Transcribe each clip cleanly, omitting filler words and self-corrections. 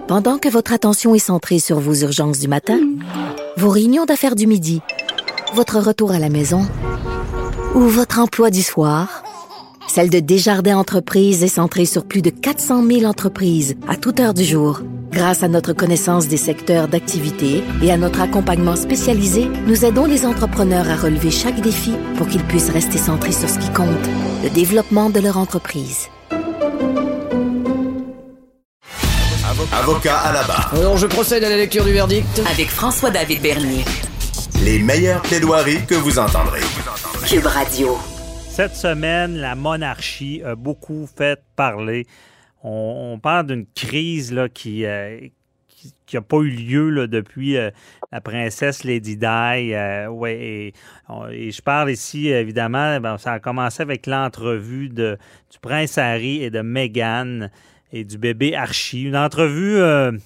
Pendant que votre attention est centrée sur vos urgences du matin, vos réunions d'affaires du midi, votre retour à la maison ou votre emploi du soir, celle de Desjardins Entreprises est centrée sur plus de 400 000 entreprises à toute heure du jour. Grâce à notre connaissance des secteurs d'activité et à notre accompagnement spécialisé, nous aidons les entrepreneurs à relever chaque défi pour qu'ils puissent rester centrés sur ce qui compte, le développement de leur entreprise. Avocat à la barre. Alors, je procède à la lecture du verdict. Avec François-David Bernier. Les meilleures plaidoiries que vous entendrez. Cube Radio. Cette semaine, la monarchie a beaucoup fait parler. On parle d'une crise là, qui n'a pas eu lieu là, depuis la princesse Lady Di. Et je parle ici, évidemment, ça a commencé avec l'entrevue du prince Harry et de Meghan et du bébé Archie. Une entrevue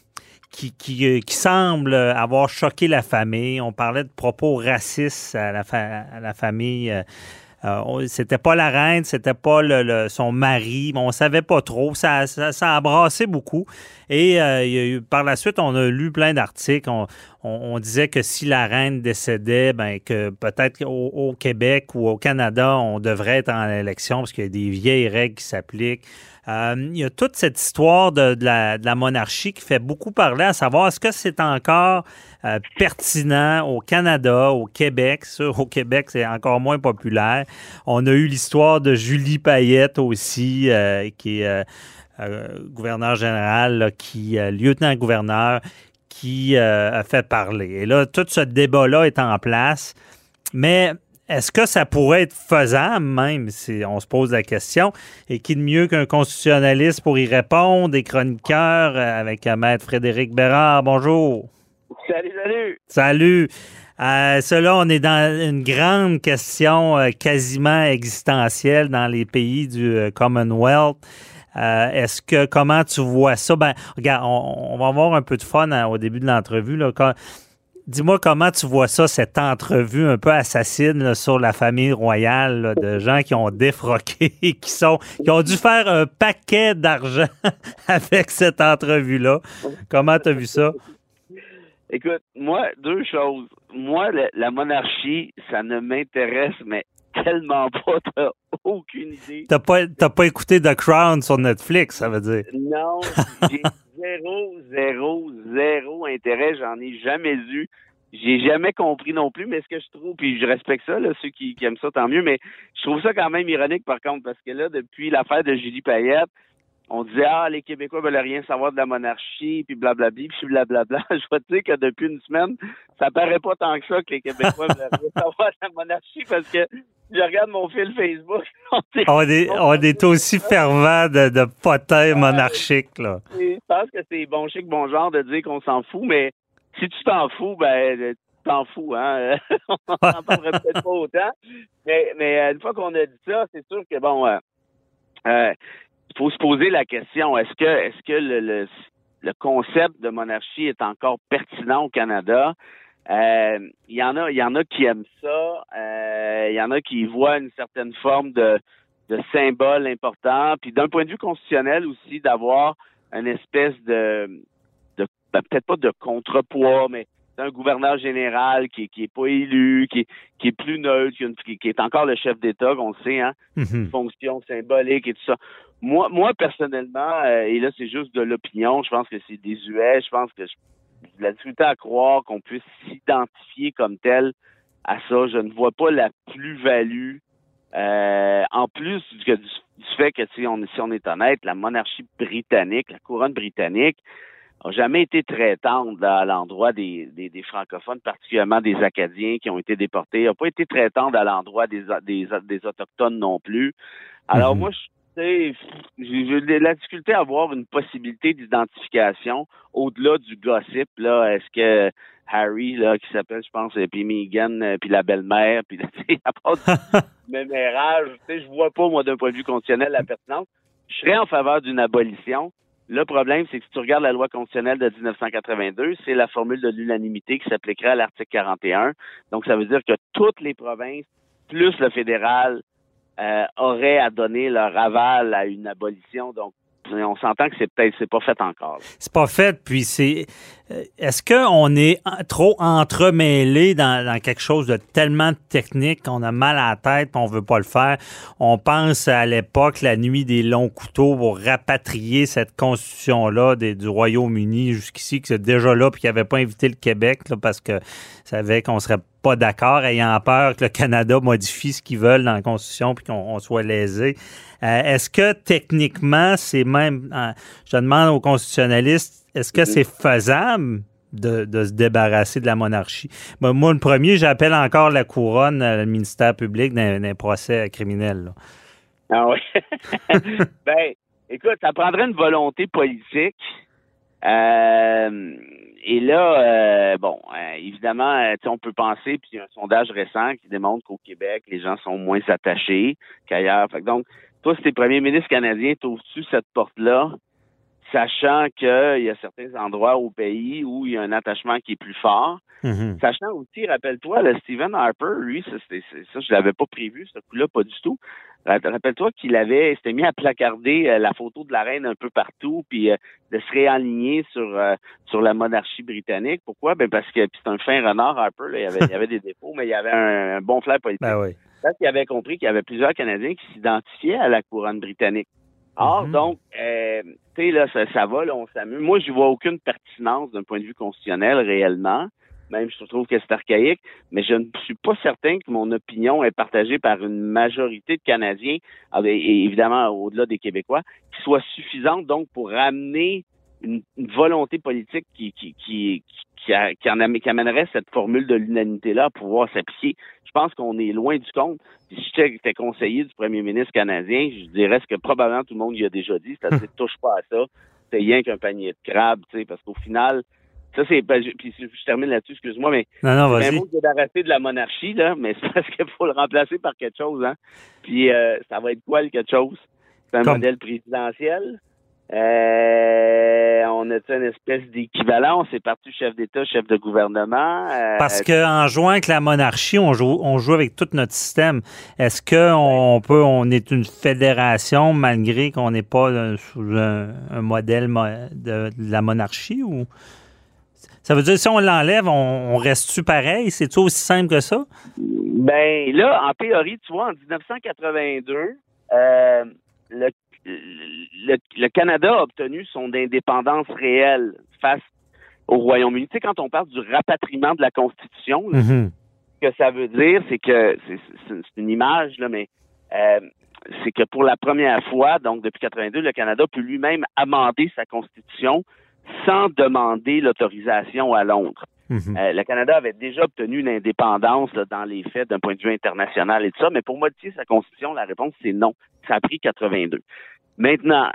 qui semble avoir choqué la famille. On parlait de propos racistes à la famille. C'était pas la reine, c'était pas son mari, mais on savait pas trop. Ça a brassé beaucoup. Et par la suite, on a lu plein d'articles. On disait que si la reine décédait, que peut-être au Québec ou au Canada, on devrait être en élection parce qu'il y a des vieilles règles qui s'appliquent. Il y a toute cette histoire de la monarchie qui fait beaucoup parler, à savoir est-ce que c'est encore pertinent au Canada, au Québec. Ça, au Québec, c'est encore moins populaire. On a eu l'histoire de Julie Payette aussi, qui est gouverneur général, là, lieutenant-gouverneur, qui a fait parler. Et là, tout ce débat-là est en place. Mais est-ce que ça pourrait être faisable, même, si on se pose la question? Et qui de mieux qu'un constitutionnaliste pour y répondre, des chroniqueurs avec Maître Frédéric Bérard. Bonjour. Salut. Salut. Cela, on est dans une grande question quasiment existentielle dans les pays du Commonwealth. Comment tu vois ça? Regarde, on va avoir un peu de fun au début de l'entrevue, là. Dis-moi comment tu vois ça, cette entrevue un peu assassine là, sur la famille royale, là, de gens qui ont défroqué, qui ont dû faire un paquet d'argent avec cette entrevue-là. Comment tu as vu ça? Écoute, moi, deux choses. Moi, la monarchie, ça ne m'intéresse, mais tellement pas, t'as aucune idée. T'as pas écouté The Crown sur Netflix, ça veut dire? Non, j'ai zéro intérêt. J'en ai jamais eu. J'ai jamais compris non plus, mais ce que je trouve, puis je respecte ça, là, ceux qui aiment ça, tant mieux, mais je trouve ça quand même ironique, par contre, parce que là, depuis l'affaire de Julie Payette, on disait, les Québécois veulent rien savoir de la monarchie, puis blablabla, puis blablabla. Je vais te dire que depuis une semaine, ça paraît pas tant que ça que les Québécois veulent rien savoir de la monarchie, parce que je regarde mon fil Facebook. On est aussi fervent de potins monarchiques, là. Je pense que c'est bon chic, bon genre de dire qu'on s'en fout, mais si tu t'en fous, tu t'en fous, hein. On n'en parlerait peut-être pas autant. Mais une fois qu'on a dit ça, c'est sûr que il faut se poser la question, est-ce que le concept de monarchie est encore pertinent au Canada? Il y en a qui aiment ça, il y en a qui voient une certaine forme de symbole important, puis d'un point de vue constitutionnel aussi, d'avoir une espèce de peut-être pas de contrepoids, mais un gouverneur général qui est pas élu, qui est plus neutre, qui est encore le chef d'État, on le sait, hein, une fonction symbolique et tout ça. Moi personnellement, et là c'est juste de l'opinion, je pense que c'est désuet, je pense que j'ai de la difficulté à croire qu'on puisse s'identifier comme tel à ça. Je ne vois pas la plus-value. En plus du fait que si on est honnête, la monarchie britannique, la couronne britannique, n'a jamais été très tendre là, à l'endroit des francophones, particulièrement des Acadiens qui ont été déportés. N'a pas été très tendre à l'endroit des Autochtones non plus. Alors moi, j'ai de la difficulté à avoir une possibilité d'identification au-delà du gossip. Là, est-ce que Harry, là, qui s'appelle, je pense, puis Meghan, puis la belle-mère, puis à part du mémérage, je vois pas, moi, d'un point de vue constitutionnel, la pertinence. Je serais en faveur d'une abolition. Le problème, c'est que si tu regardes la loi constitutionnelle de 1982, c'est la formule de l'unanimité qui s'appliquerait à l'article 41. Donc, ça veut dire que toutes les provinces, plus le fédéral, auraient à donner leur aval à une abolition. Donc, mais on s'entend que c'est pas fait encore. C'est pas fait, puis est-ce qu'on est trop entremêlé dans quelque chose de tellement technique qu'on a mal à la tête et on veut pas le faire? On pense à l'époque, la nuit des longs couteaux pour rapatrier cette constitution-là du Royaume-Uni jusqu'ici, qui c'est déjà là, puis qui n'avait pas invité le Québec là, parce que savait qu'on serait pas d'accord, ayant peur que le Canada modifie ce qu'ils veulent dans la Constitution puis qu'on soit lésé. Est-ce que techniquement, c'est même... je demande aux constitutionnalistes, est-ce que c'est faisable de se débarrasser de la monarchie? Ben, moi, le premier, j'appelle encore la couronne, le ministère public, d'un procès criminel. Là. Ah oui? Ben, écoute, ça prendrait une volonté politique. Et là, évidemment, on peut penser, puis il y a un sondage récent qui démontre qu'au Québec, les gens sont moins attachés qu'ailleurs. Fait que donc, toi, si t'es premier ministre canadien, t'ouvres-tu cette porte-là, sachant qu'il y a certains endroits au pays où il y a un attachement qui est plus fort. Mm-hmm. Sachant aussi, rappelle-toi, le Stephen Harper, lui, ça je l'avais pas prévu, ce coup-là, pas du tout. Rappelle-toi qu'il s'était mis à placarder la photo de la reine un peu partout, puis de se réaligner sur la monarchie britannique. Pourquoi? Ben parce que c'est un fin renard, Harper, là, il y avait des défauts, mais il y avait un bon flair politique. Ben oui. Parce qu'il avait compris qu'il y avait plusieurs Canadiens qui s'identifiaient à la couronne britannique. Or, donc, tu sais, là, ça va, là, on s'amuse. Moi, je vois aucune pertinence d'un point de vue constitutionnel réellement. Même, je trouve que c'est archaïque, mais je ne suis pas certain que mon opinion est partagée par une majorité de Canadiens, et évidemment, au-delà des Québécois, qui soit suffisante, donc, pour ramener une volonté politique qui amènerait cette formule de l'unanimité-là à pouvoir s'appliquer. Je pense qu'on est loin du compte. Si j'étais conseiller du premier ministre canadien, je dirais ce que probablement tout le monde y a déjà dit, c'est-à-dire touche pas à ça, c'est rien qu'un panier de crabes, tu sais, parce qu'au final, ça c'est, puis je termine là-dessus, excuse-moi, mais non, c'est un mot débarrassé de la monarchie, là, mais c'est parce qu'il faut le remplacer par quelque chose, hein. Puis ça va être quoi le quelque chose? C'est un modèle présidentiel. On a une espèce d'équivalent, on s'est parti chef d'État, chef de gouvernement. Parce qu'en jouant avec la monarchie, on joue avec tout notre système. Est-ce qu'on est une fédération malgré qu'on n'est pas sous un modèle de la monarchie ou ça veut dire si on l'enlève, on reste-tu pareil? C'est-tu aussi simple que ça? Ben là, en théorie, tu vois, en 1982, le Canada a obtenu son indépendance réelle face au Royaume-Uni. Tu sais, quand on parle du rapatriement de la Constitution, là, ce que ça veut dire, c'est que c'est une image, là, mais c'est que pour la première fois, donc depuis 82, le Canada peut lui-même amender sa Constitution sans demander l'autorisation à Londres. Le Canada avait déjà obtenu une indépendance là, dans les faits d'un point de vue international et tout ça, mais pour modifier sa Constitution, la réponse, c'est non. Ça a pris 82. Maintenant,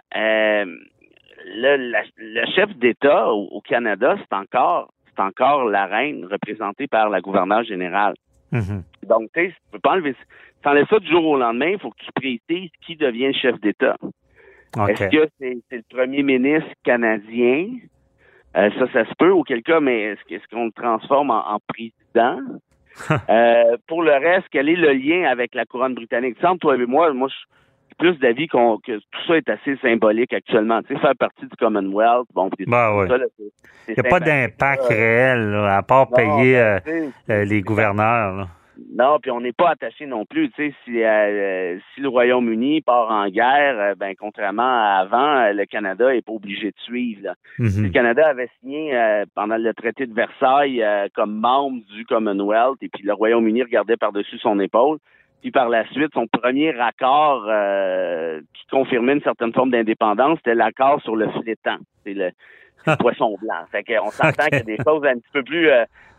le chef d'État au Canada, c'est encore la reine représentée par la gouverneure générale. Donc, tu sais, tu peux pas enlever ça du jour au lendemain, il faut que tu précises qui devient chef d'État. Okay. Est-ce que c'est le premier ministre canadien? Ça se peut, auquel cas, mais est-ce qu'on le transforme en président? Pour le reste, quel est le lien avec la couronne britannique? Semble, toi et moi, je suis plus d'avis que tout ça est assez symbolique actuellement. Tu sais, faire partie du Commonwealth, bon, oui. Ça, là, il n'y a pas d'impact réel, là, à part payer les gouverneurs. Là. Non, puis on n'est pas attaché non plus. Tu sais, si le Royaume-Uni part en guerre, contrairement à avant, le Canada n'est pas obligé de suivre. Là. Le Canada avait signé pendant le traité de Versailles comme membre du Commonwealth, et puis le Royaume-Uni regardait par-dessus son épaule. Puis par la suite, son premier accord qui confirmait une certaine forme d'indépendance, c'était l'accord sur le flétan. C'est le poisson blanc. Fait qu'on s'entend qu'il y a des choses un petit peu plus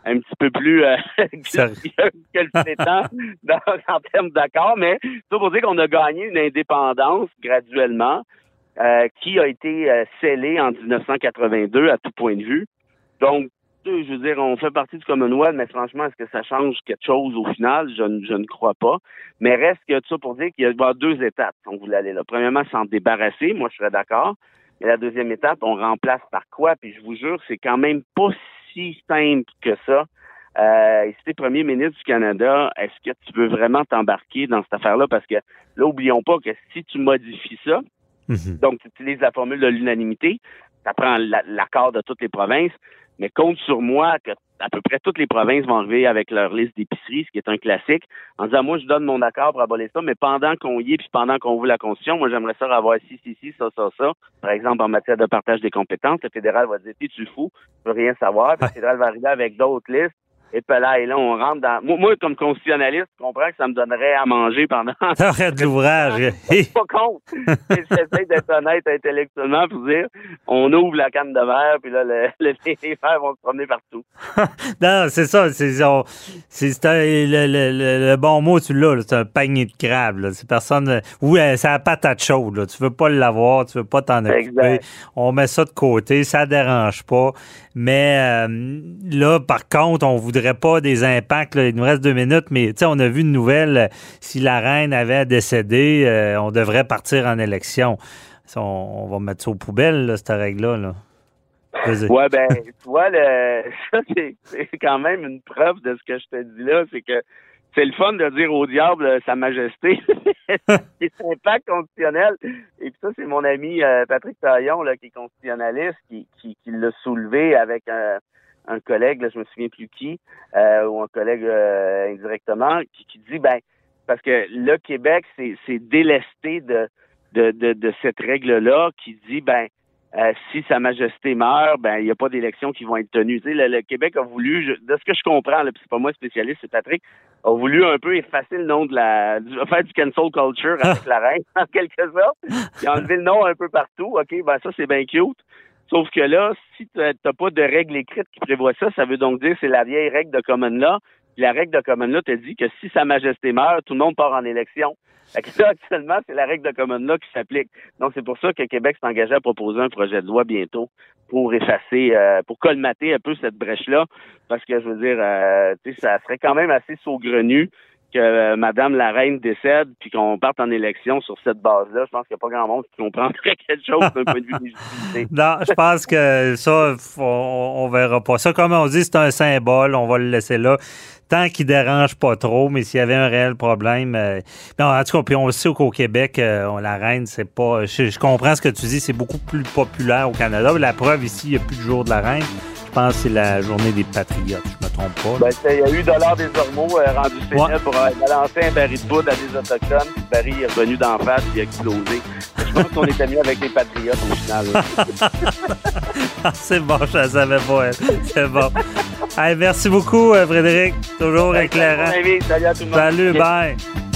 que le flétan en termes d'accord, mais ça pour dire qu'on a gagné une indépendance graduellement qui a été scellée en 1982 à tout point de vue. Donc, je veux dire, on fait partie du Commonwealth, mais franchement, est-ce que ça change quelque chose au final? Je ne crois pas. Mais reste que ça pour dire qu'il y a deux étapes, si on voulait aller là. Premièrement, s'en débarrasser, moi je serais d'accord. Mais la deuxième étape, on remplace par quoi? Puis je vous jure, c'est quand même pas si simple que ça. Si t'es premier ministre du Canada, est-ce que tu veux vraiment t'embarquer dans cette affaire-là? Parce que là, oublions pas que si tu modifies ça, Donc, tu utilises la formule de l'unanimité, ça prend l'accord de toutes les provinces, mais compte sur moi que à peu près toutes les provinces vont arriver avec leur liste d'épicerie, ce qui est un classique, en disant, moi, je donne mon accord pour abolir ça, mais pendant qu'on y est, puis pendant qu'on ouvre la Constitution, moi, j'aimerais ça avoir ci, ça. Par exemple, en matière de partage des compétences, le fédéral va dire, tu le fous, je veux rien savoir, puis le fédéral va arriver avec d'autres listes. Et puis là, on rentre dans... Moi, comme constitutionnaliste, je comprends que ça me donnerait à manger pendends... T'aurais de l'ouvrage. Je suis pas contre. J'essaie d'être honnête intellectuellement pour dire, on ouvre la canne de verre, puis là, les verres vont se promener partout. Non, c'est ça. Le bon mot, tu l'as. Là, c'est un panier de crabes. Là. C'est personne... Oui, c'est la patate chaude. Là. Tu veux pas l'avoir, tu veux pas t'en occuper. Exact. On met ça de côté, ça dérange pas. Mais là, par contre, on voudrait pas des impacts. Là. Il nous reste 2 minutes, mais on a vu une nouvelle. Si la reine avait décédé, on devrait partir en élection. On va mettre ça aux poubelles, là, cette règle-là. Là. Ouais, ben, tu vois, ça, c'est quand même une preuve de ce que je te dis là. C'est que c'est le fun de dire au diable Sa Majesté. C'est un impact constitutionnel. Et puis ça, c'est mon ami Patrick Taillon, là, qui est constitutionnaliste, qui l'a soulevé avec un collègue, là, je me souviens plus qui, ou un collègue indirectement, qui dit, ben, parce que le Québec, c'est délesté de cette règle-là, qui dit, ben, si Sa Majesté meurt, ben il n'y a pas d'élections qui vont être tenues. Tu sais, le Québec a voulu, de ce que je comprends, là, puis c'est pas moi spécialiste, c'est Patrick, a voulu un peu effacer le nom faire du cancel culture avec la reine, en quelque sorte, puis enlever le nom un peu partout. OK, ben ça, c'est bien cute. Sauf que là, si t'as pas de règle écrite qui prévoit ça, ça veut donc dire que c'est la vieille règle de Common Law. Puis la règle de Common Law te dit que si Sa Majesté meurt, tout le monde part en élection. Fait que ça, actuellement, c'est la règle de Common Law qui s'applique. Donc, c'est pour ça que Québec s'est engagé à proposer un projet de loi bientôt pour effacer, pour colmater un peu cette brèche-là. Parce que, je veux dire, tu sais, ça serait quand même assez saugrenu que Madame la Reine décède puis qu'on parte en élection sur cette base-là. Je pense qu'il n'y a pas grand monde qui comprendrait quelque chose d'un point de vue légitimité. Non, je pense que ça, on verra pas. Ça, comme on dit, c'est un symbole. On va le laisser là. Tant qu'il dérange pas trop, mais s'il y avait un réel problème... non, en tout cas, puis on le sait qu'au Québec, la reine, c'est pas... Je comprends ce que tu dis, c'est beaucoup plus populaire au Canada. La preuve, ici, il n'y a plus de jour de la reine. Je pense que c'est la journée des Patriotes, je me trompe pas. Ben, il y a eu $, des Ormeaux rendu sénile pour balancer un baril de poudre à des Autochtones. Puis le baril est revenu d'en face et a explosé. Je pense qu'on était mieux avec les Patriotes au final. C'est bon, je ne savais pas. Elle. C'est bon. Hey, merci beaucoup, Frédéric. Toujours éclairant. Salut à tout le monde. Salut, bye.